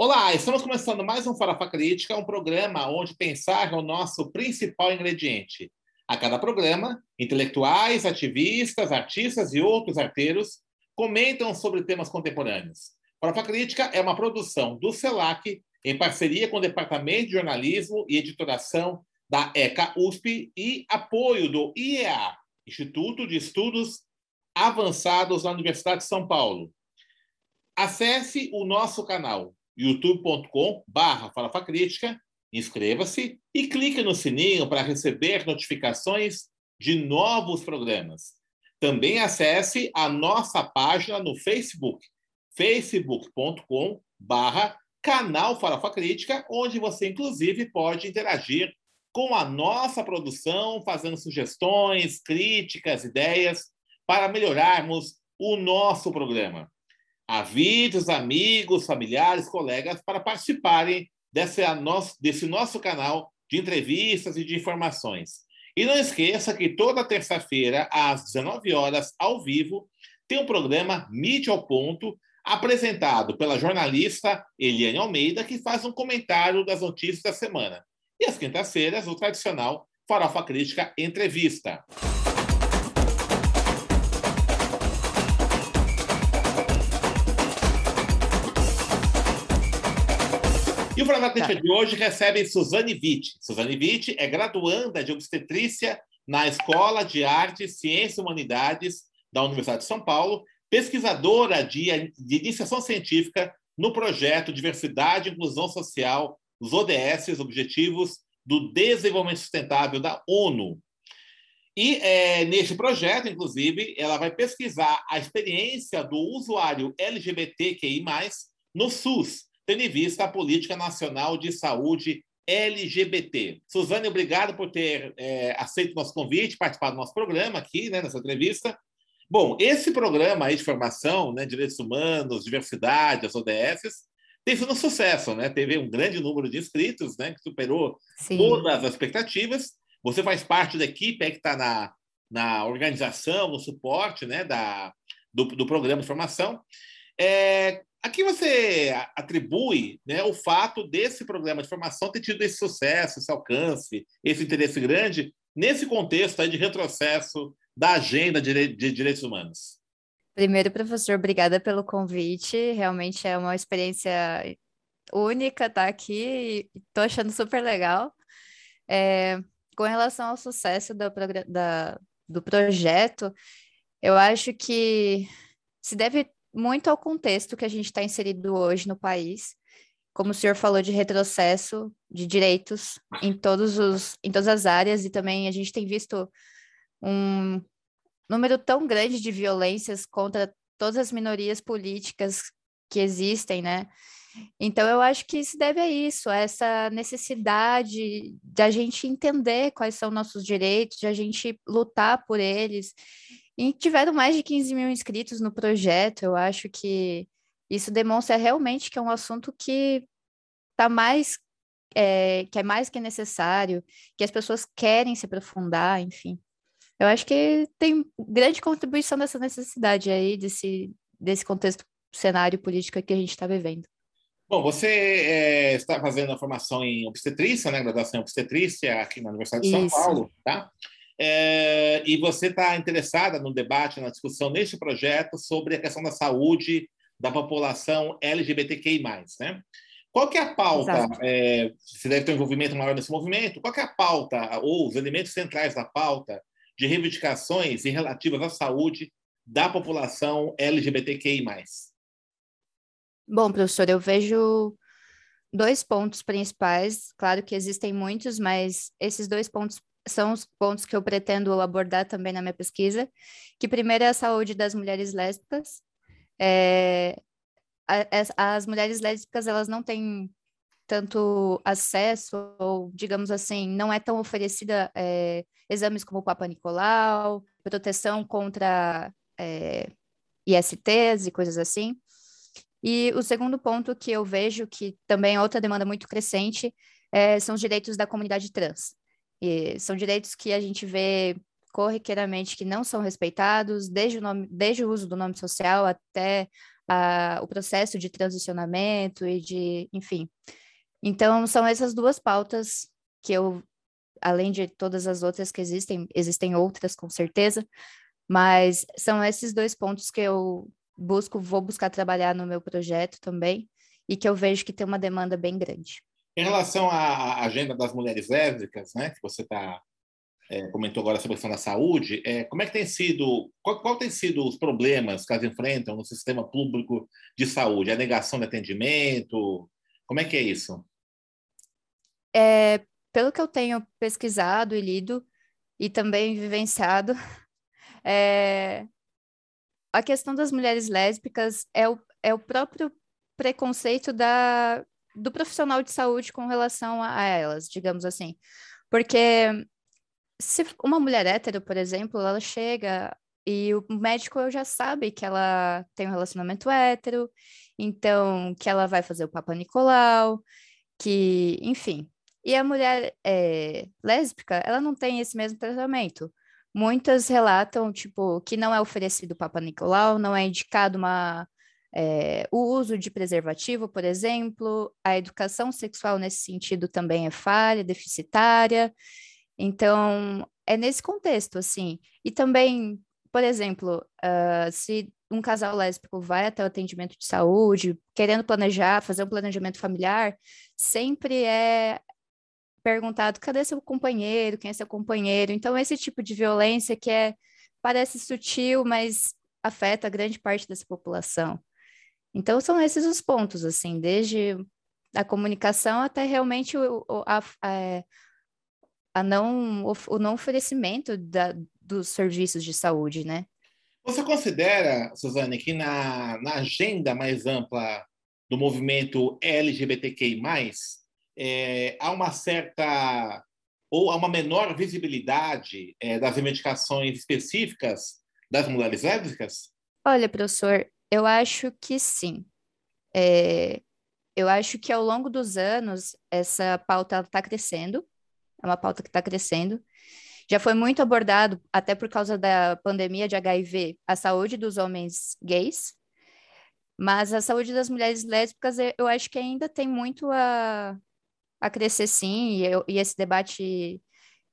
Olá, estamos começando mais um Farofa Crítica, um programa onde pensar é o nosso principal ingrediente. A cada programa, intelectuais, ativistas, artistas e outros arteiros comentam sobre temas contemporâneos. Farofa Crítica é uma produção do CELAC, em parceria com o Departamento de Jornalismo e Editoração da ECA USP e apoio do IEA, Instituto de Estudos Avançados da Universidade de São Paulo. Acesse o nosso canal youtube.com/Farofa Crítica, inscreva-se e clique no sininho para receber notificações de novos programas. Também acesse a nossa página no Facebook, facebook.com/canal Farofa Crítica, onde você, inclusive, pode interagir com a nossa produção, fazendo sugestões, críticas, ideias, para melhorarmos o nosso programa. Avide os amigos, familiares, colegas para participarem desse nosso canal de entrevistas e de informações. E não esqueça que toda terça-feira, às 19 horas, ao vivo, tem um programa Mídia ao Ponto, apresentado pela jornalista Eliane Almeida, que faz um comentário das notícias da semana. E às quintas-feiras, o tradicional Farofa Crítica Entrevista. E o Farofa Crítica de hoje recebe Suzane Witt. Suzane Witt é graduanda de obstetrícia na Escola de Artes, Ciências e Humanidades da Universidade de São Paulo, pesquisadora de iniciação científica no projeto Diversidade e Inclusão Social, os ODS, Objetivos do Desenvolvimento Sustentável da ONU. E neste projeto, inclusive, ela vai pesquisar a experiência do usuário LGBTQI+, no SUS, tendo em vista a Política Nacional de Saúde LGBT. Suzane, obrigado por ter aceito o nosso convite, participar do nosso programa aqui, nessa entrevista. Bom, esse programa aí de formação, Direitos Humanos, Diversidade, as ODS, tem sido um sucesso, Teve um grande número de inscritos, que superou todas as expectativas. Você faz parte da equipe que está na organização, no suporte do programa de formação. A que você atribui o fato desse programa de formação ter tido esse sucesso, esse alcance, esse interesse grande, nesse contexto aí de retrocesso da agenda de direitos humanos? Primeiro, professor, obrigada pelo convite. Realmente é uma experiência única estar aqui. Estou achando super legal. Com relação ao sucesso do projeto, eu acho que se deve muito ao contexto que a gente está inserido hoje no país. Como o senhor falou de retrocesso de direitos em todas as áreas, e também a gente tem visto um número tão grande de violências contra todas as minorias políticas que existem, Então, eu acho que se deve a isso, a essa necessidade de a gente entender quais são nossos direitos, de a gente lutar por eles. E tiveram mais de 15 mil inscritos no projeto. Eu acho que isso demonstra realmente que é um assunto que tá que é mais que necessário, que as pessoas querem se aprofundar, enfim. Eu acho que tem grande contribuição dessa necessidade aí, desse contexto, cenário político que a gente está vivendo. Bom, você está fazendo a formação em obstetrícia, graduação em obstetrícia aqui na Universidade de São Paulo, tá? E você está interessada no debate, na discussão neste projeto sobre a questão da saúde da população LGBTQI+, Qual que é a pauta? Você deve ter um envolvimento maior nesse movimento. Qual que é a pauta ou os elementos centrais da pauta de reivindicações relativas à saúde da população LGBTQI+. Bom, professor, eu vejo dois pontos principais. Claro que existem muitos, mas esses dois pontos são os pontos que eu pretendo abordar também na minha pesquisa, que primeiro é a saúde das mulheres lésbicas. As mulheres lésbicas, elas não têm tanto acesso, ou, digamos assim, não é tão oferecida exames como o Papa Nicolau, proteção contra ISTs e coisas assim. E o segundo ponto que eu vejo, que também é outra demanda muito crescente, são os direitos da comunidade trans. E são direitos que a gente vê corriqueiramente que não são respeitados, desde o uso do nome social até o processo de transicionamento e enfim. Então, são essas duas pautas que eu, além de todas as outras que existem outras com certeza, mas são esses dois pontos que eu vou buscar trabalhar no meu projeto também, e que eu vejo que tem uma demanda bem grande. Em relação à agenda das mulheres lésbicas, né, que você comentou agora sobre a questão da saúde, como é que tem sido, qual tem sido os problemas que elas enfrentam no sistema público de saúde? A negação de atendimento? Como é que é isso? Pelo que eu tenho pesquisado e lido, e também vivenciado, é, a questão das mulheres lésbicas é o próprio preconceito do profissional de saúde com relação a elas, digamos assim. Porque se uma mulher hétero, por exemplo, ela chega e o médico já sabe que ela tem um relacionamento hétero, então que ela vai fazer o Papa Nicolau, que, enfim. E a mulher lésbica, ela não tem esse mesmo tratamento. Muitas relatam, tipo, que não é oferecido Papa Nicolau, não é indicado o uso de preservativo, por exemplo, a educação sexual nesse sentido também é falha, deficitária. Então, é nesse contexto, assim. E também, por exemplo, se um casal lésbico vai até o atendimento de saúde, querendo planejar, fazer um planejamento familiar, sempre é perguntado, cadê seu companheiro? Quem é seu companheiro? Então, esse tipo de violência parece sutil, mas afeta grande parte dessa população. Então, são esses os pontos, assim, desde a comunicação até realmente o não oferecimento dos serviços de saúde, né? Você considera, Suzane, que na agenda mais ampla do movimento LGBTQI+, há uma certa ou há uma menor visibilidade das reivindicações específicas das mulheres lésbicas? Olha, professor, eu acho que sim. É, eu acho que ao longo dos anos essa pauta está crescendo, é uma pauta que está crescendo. Já foi muito abordado, até por causa da pandemia de HIV, a saúde dos homens gays, mas a saúde das mulheres lésbicas eu acho que ainda tem muito a crescer, sim, e esse debate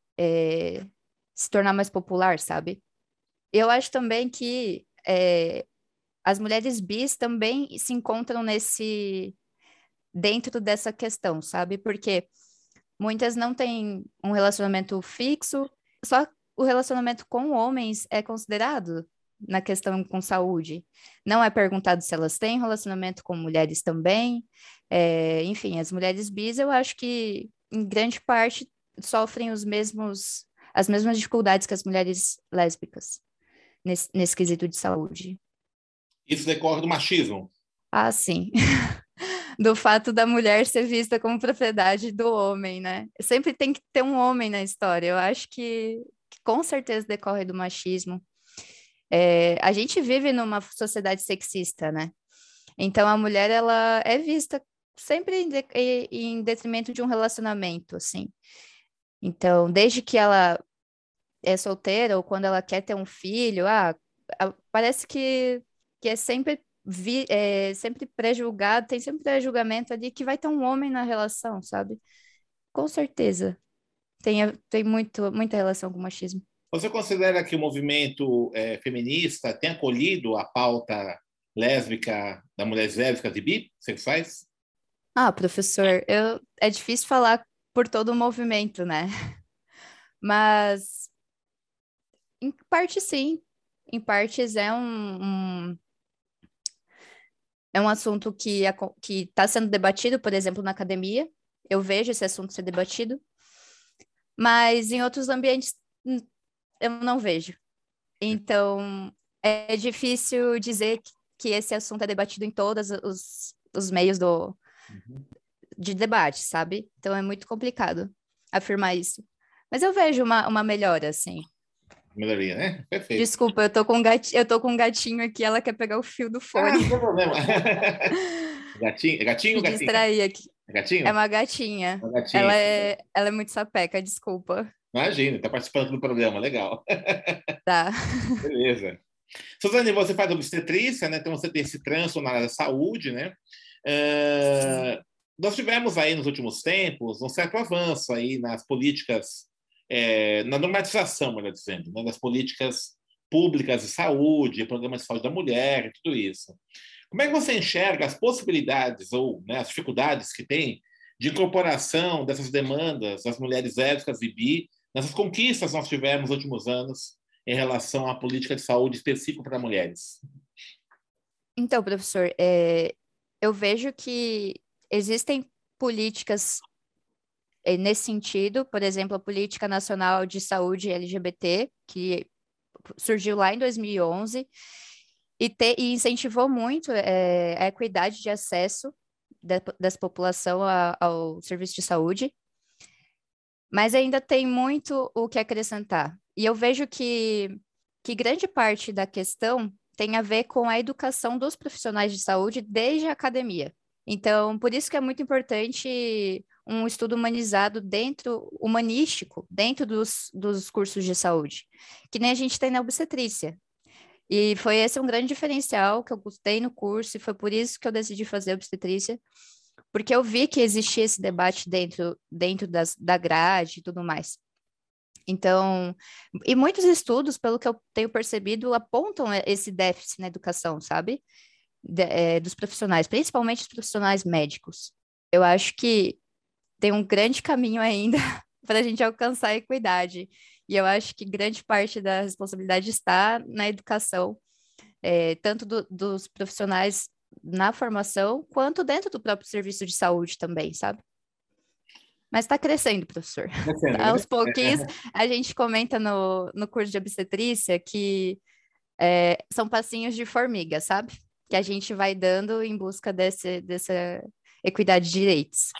se tornar mais popular, sabe? Eu acho também que as mulheres bis também se encontram dentro dessa questão, sabe? Porque muitas não têm um relacionamento fixo, só o relacionamento com homens é considerado na questão com saúde. Não é perguntado se elas têm relacionamento com mulheres também. Enfim, as mulheres bis, eu acho que em grande parte sofrem as mesmas dificuldades que as mulheres lésbicas nesse quesito de saúde. Isso decorre do machismo. Ah, sim. Do fato da mulher ser vista como propriedade do homem, né? Sempre tem que ter um homem na história. Eu acho que com certeza decorre do machismo. A gente vive numa sociedade sexista, né? Então a mulher ela é vista sempre em detrimento de um relacionamento, assim. Então, desde que ela é solteira ou quando ela quer ter um filho, parece que é sempre pré-julgado, tem sempre pré-julgamento ali que vai ter um homem na relação, sabe? Com certeza. Tem muita relação com o machismo. Você considera que o movimento feminista tem acolhido a pauta lésbica, das mulheres lésbicas e bissexuais? Ah, professor, é difícil falar por todo o movimento, né? Mas, em parte, sim. Em partes é um assunto que está sendo debatido, por exemplo, na academia. Eu vejo esse assunto ser debatido. Mas em outros ambientes, eu não vejo. Então, é difícil dizer que esse assunto é debatido em todos os meios Uhum. de debate, sabe? Então, é muito complicado afirmar isso. Mas eu vejo uma melhora, assim. Melhoria, né? Perfeito. Desculpa, eu tô com um gatinho aqui, ela quer pegar o fio do fone. Não tem problema. Gatinho, é gatinho Me ou gatinha? distrair aqui. É É gatinho? uma gatinha. É gatinho. Ela é muito sapeca, desculpa. Imagina, está participando do programa, legal. Tá. Beleza. Suzane, você faz obstetrícia, né? Então você tem esse trânsito na área da saúde, né? Nós tivemos aí nos últimos tempos um certo avanço aí nas políticas, na normatização, melhor dizendo, né? Das políticas públicas de saúde, programas de saúde da mulher e tudo isso. Como é que você enxerga as possibilidades ou, né, as dificuldades que tem de incorporação dessas demandas das mulheres lésbicas e bi nessas conquistas que nós tivemos nos últimos anos em relação à política de saúde específica para mulheres? Então, professor, eu vejo que existem políticas nesse sentido, por exemplo, a Política Nacional de Saúde LGBT, que surgiu lá em 2011 e incentivou muito a equidade de acesso dessa população ao serviço de saúde, mas ainda tem muito o que acrescentar. E eu vejo que grande parte da questão tem a ver com a educação dos profissionais de saúde desde a academia. Então, por isso que é muito importante um estudo humanístico, dentro dos cursos de saúde, que nem a gente tem na obstetrícia. E foi esse um grande diferencial que eu gostei no curso, e foi por isso que eu decidi fazer obstetrícia, porque eu vi que existia esse debate dentro da grade e tudo mais. Então, e muitos estudos, pelo que eu tenho percebido, apontam esse déficit na educação, sabe? Dos profissionais, principalmente os profissionais médicos. Eu acho que tem um grande caminho ainda para a gente alcançar a equidade. E eu acho que grande parte da responsabilidade está na educação, tanto dos profissionais na formação, quanto dentro do próprio serviço de saúde também, sabe? Mas está crescendo, professor. Crescendo, né? Aos pouquinhos, a gente comenta no curso de obstetrícia que são passinhos de formiga, sabe? Que a gente vai dando em busca dessa equidade de direitos.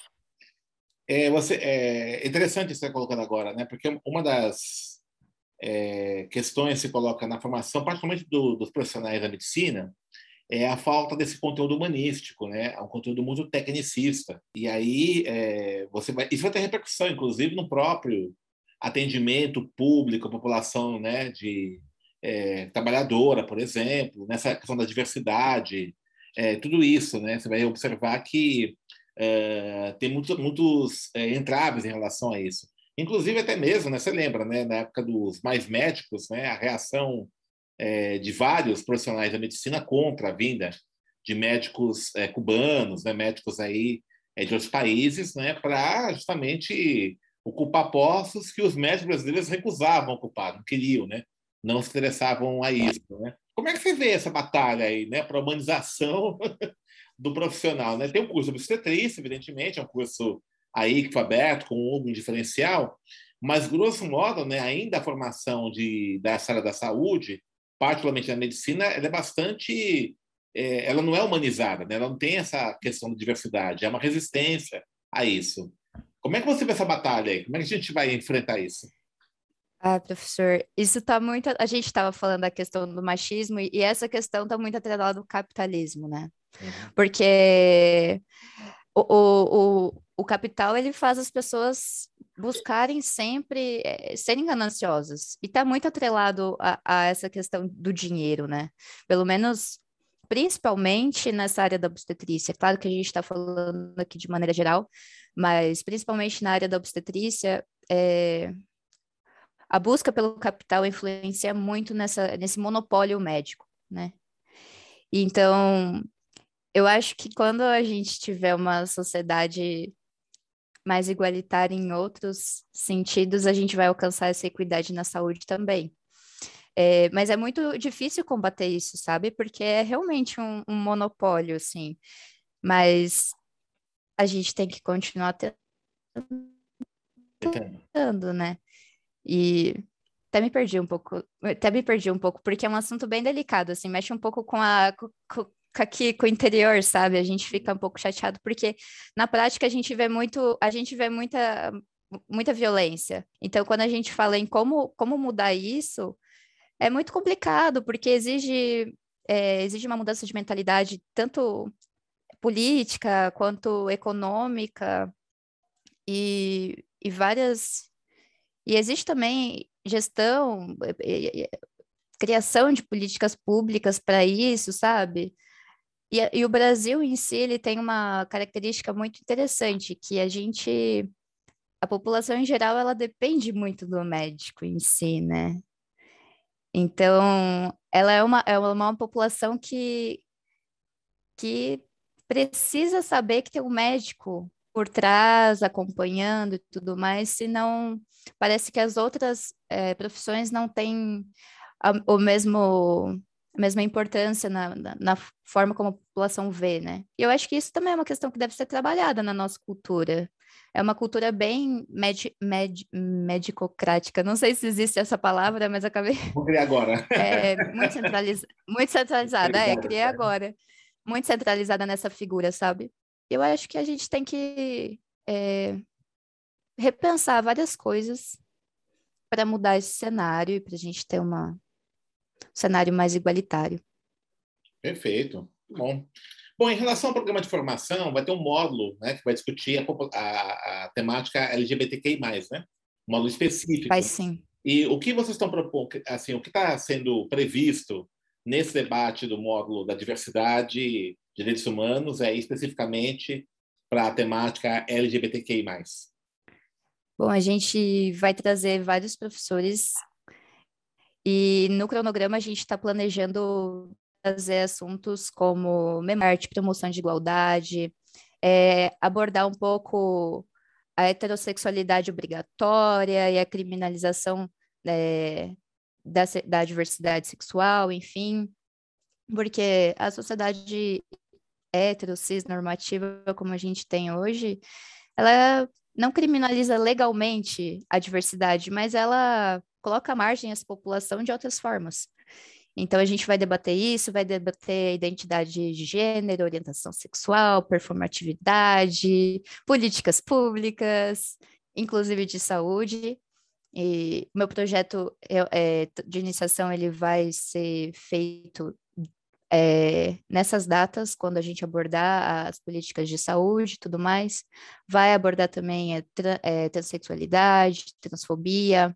É interessante isso que você está colocando agora, né? Porque uma das questões que se coloca na formação, particularmente dos profissionais da medicina, é a falta desse conteúdo humanístico, né? É um conteúdo muito tecnicista. E aí isso vai ter repercussão, inclusive, no próprio atendimento público à população, né? Trabalhadora, por exemplo, nessa questão da diversidade, tudo isso, né? Você vai observar que tem muitos entraves em relação a isso. Inclusive, até mesmo, né? Você lembra, né? Na época dos mais médicos, né? A reação de vários profissionais da medicina contra a vinda de médicos cubanos, né, médicos aí de outros países, né, para justamente ocupar postos que os médicos brasileiros recusavam ocupar, não queriam, né, não se interessavam a isso, né? Como é que você vê essa batalha aí, né, para a humanização do profissional, né? Tem um curso de obstetrícia, evidentemente, é um curso aí que foi aberto com um diferencial, mas grosso modo, né, ainda a formação dessa área da saúde, particularmente na medicina, ela é bastante, ela não é humanizada, né? Ela não tem essa questão da diversidade, é uma resistência a isso. Como é que você vê essa batalha aí? Como é que a gente vai enfrentar isso? Ah, professor, isso está muito. A gente estava falando da questão do machismo e essa questão está muito atrelada ao capitalismo, né? Uhum. Porque o capital ele faz as pessoas buscarem sempre serem gananciosas e está muito atrelado a essa questão do dinheiro, né? Pelo menos, principalmente nessa área da obstetrícia. Claro que a gente está falando aqui de maneira geral, mas principalmente na área da obstetrícia, a busca pelo capital influencia muito nesse monopólio médico, né? Então, eu acho que quando a gente tiver uma sociedade mais igualitária em outros sentidos, a gente vai alcançar essa equidade na saúde também. Mas é muito difícil combater isso, sabe? Porque é realmente um monopólio, assim. Mas a gente tem que continuar Entendo. tentando, né? E até me perdi um pouco, porque é um assunto bem delicado, assim, mexe um pouco com o interior, sabe? A gente fica um pouco chateado, porque na prática a gente vê muita violência. Então, quando a gente fala em como mudar isso, é muito complicado, porque exige uma mudança de mentalidade, tanto política quanto econômica, e várias. E existe também gestão, criação de políticas públicas para isso, sabe? E o Brasil em si, ele tem uma característica muito interessante, que a população em geral, ela depende muito do médico em si, né? Então, ela é uma população que precisa saber que tem um médico por trás, acompanhando e tudo mais, senão parece que as outras profissões não têm o mesmo, a mesma importância na forma como a população vê, né? E eu acho que isso também é uma questão que deve ser trabalhada na nossa cultura. É uma cultura bem medicocrática. Não sei se existe essa palavra, mas acabei. Vou criar agora. Muito centralizada, criei agora. Muito centralizada nessa figura, sabe? Eu acho que a gente tem que repensar várias coisas para mudar esse cenário e para a gente ter um cenário mais igualitário. Perfeito. Bom. Bom, em relação ao programa de formação, vai ter um módulo, né, que vai discutir a temática LGBTQI+, né? Um módulo específico. Vai sim. E o que vocês estão propondo, assim, o que está sendo previsto nesse debate do módulo da diversidade de direitos humanos é especificamente para a temática LGBTQI+. Bom, a gente vai trazer vários professores e no cronograma a gente está planejando trazer assuntos como memória, arte, promoção de igualdade, abordar um pouco a heterossexualidade obrigatória e a criminalização da diversidade sexual, enfim, porque a sociedade hetero, cis, normativa como a gente tem hoje, ela não criminaliza legalmente a diversidade, mas ela coloca à margem essa população de outras formas. Então, a gente vai debater isso, vai debater identidade de gênero, orientação sexual, performatividade, políticas públicas, inclusive de saúde. E o meu projeto de iniciação ele vai ser feito nessas datas, quando a gente abordar as políticas de saúde e tudo mais. Vai abordar também transexualidade, transfobia,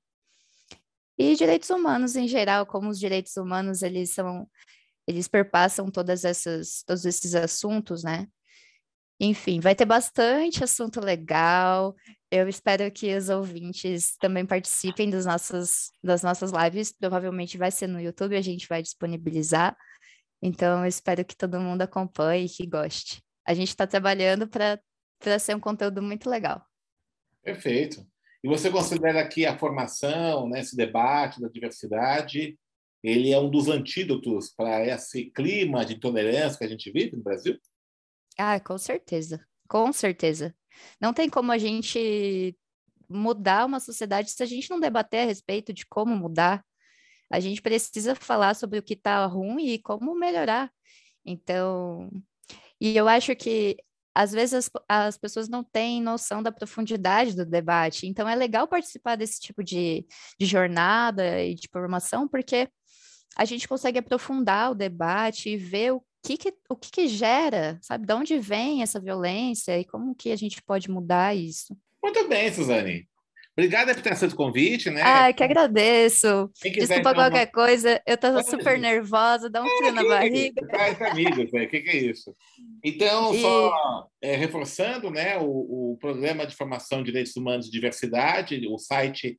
e direitos humanos em geral, como os direitos humanos eles perpassam todos esses assuntos, né? Enfim, vai ter bastante assunto legal. Eu espero que os ouvintes também participem das nossas lives. Provavelmente vai ser no YouTube, a gente vai disponibilizar. Então, eu espero que todo mundo acompanhe e que goste. A gente está trabalhando para ser um conteúdo muito legal. Perfeito. E você considera que a formação, né, esse debate da diversidade, ele é um dos antídotos para esse clima de intolerância que a gente vive no Brasil? Ah, com certeza. Com certeza. Não tem como a gente mudar uma sociedade se a gente não debater a respeito de como mudar. A gente precisa falar sobre o que está ruim e como melhorar. Então, e eu acho que às vezes as pessoas não têm noção da profundidade do debate. Então, é legal participar desse tipo de jornada e de formação, porque a gente consegue aprofundar o debate e ver o que gera, sabe? De onde vem essa violência e como que a gente pode mudar isso. Muito bem, Suzane. Obrigada por ter aceito o convite, né? Ah, que agradeço. Quem quiser, Desculpa então, qualquer coisa, eu tava super nervosa, dá um frio na barriga. Traz amigos, né? O que é isso? Então, E só reforçando, né, o programa de formação de direitos humanos e diversidade, o site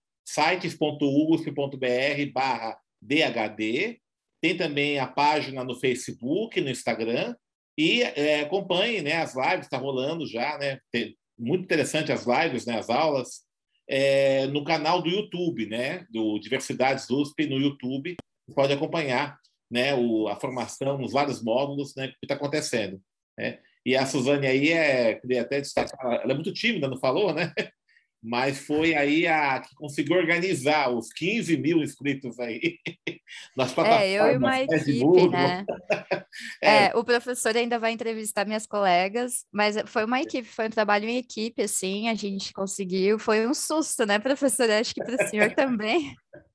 sites.usp.br/DHD. Tem também a página no Facebook, no Instagram. E acompanhe, né, as lives, está rolando já, né? Muito interessante as lives, né, as aulas. No canal do YouTube, né, do Diversidades USP no YouTube, você pode acompanhar, né, a formação nos vários módulos, né, que está acontecendo, né? E a Suzane aí queria até destacar, ela é muito tímida, não falou, né? Mas foi aí a que conseguiu organizar os 15 mil inscritos aí nas eu e plataformas uma equipe, Facebook. né? O professor ainda vai entrevistar minhas colegas, mas foi uma equipe, foi um trabalho em equipe, assim, a gente conseguiu, foi um susto, né, professor? Acho que para o senhor também.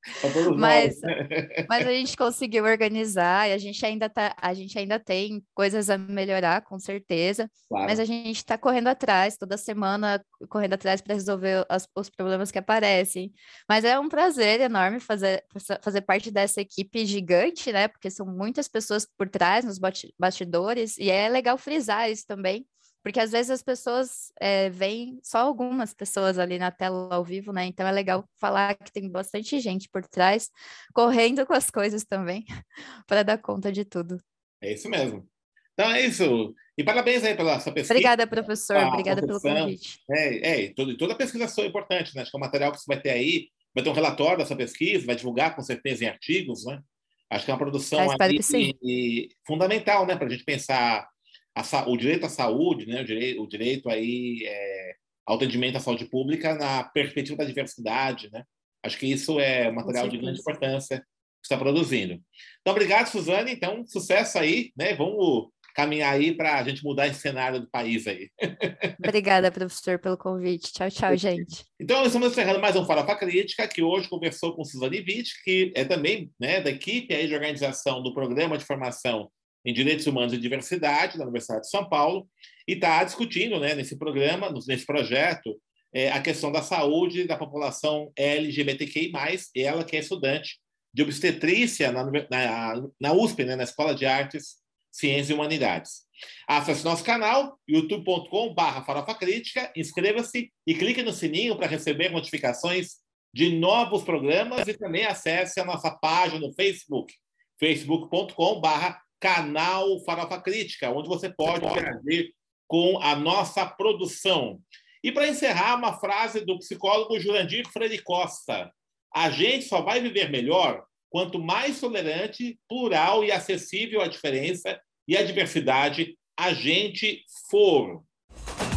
Para todos nós. Mas, mas a gente conseguiu organizar e a gente ainda tem coisas a melhorar, com certeza. Mas Claro. a gente está correndo atrás, toda semana, correndo atrás para resolver os problemas que aparecem. Mas é um prazer enorme fazer parte dessa equipe gigante, né? Porque são muitas pessoas por trás, nos bastidores, e é legal frisar isso também. Porque às vezes as pessoas veem só algumas pessoas ali na tela ao vivo, né? Então é legal falar que tem bastante gente por trás, correndo com as coisas também, para dar conta de tudo. É isso mesmo. Então é isso. E parabéns aí pela sua pesquisa, Obrigada, professor. a Obrigada pelo profissão. convite. Toda pesquisa sua é importante, né? Acho que o material que você vai ter aí vai ter um relatório da sua pesquisa, vai divulgar com certeza em artigos, né? Acho que é uma Ah, produção espero aí que sim. fundamental, né? Para a gente pensar o direito à saúde, né? O direito aí ao atendimento à saúde pública na perspectiva da diversidade, né? Acho que isso é um Com material de grande certeza. importância que está produzindo. Então, obrigado, Suzane. Então, sucesso aí, né? Vamos caminhar aí para a gente mudar esse cenário do país aí. Obrigada, professor, pelo convite. Tchau, tchau, gente. Então, estamos encerrando mais um Farofa Crítica, que hoje conversou com Suzane Witt, que é também, né, da equipe aí de organização do Programa de Formação em Direitos Humanos e Diversidade da Universidade de São Paulo, e está discutindo, né, nesse programa, nesse projeto, a questão da saúde da população LGBTQI+, ela que é estudante de obstetrícia na USP, né, na Escola de Artes, Ciências e Humanidades. Acesse nosso canal, youtube.com/Farofa Crítica, inscreva-se e clique no sininho para receber notificações de novos programas e também acesse a nossa página no Facebook, facebook.com/canal Farofa Crítica, onde você pode interagir com a nossa produção. E para encerrar, uma frase do psicólogo Jurandir Freire Costa: a gente só vai viver melhor quanto mais tolerante, plural e acessível à diferença e à diversidade a gente for.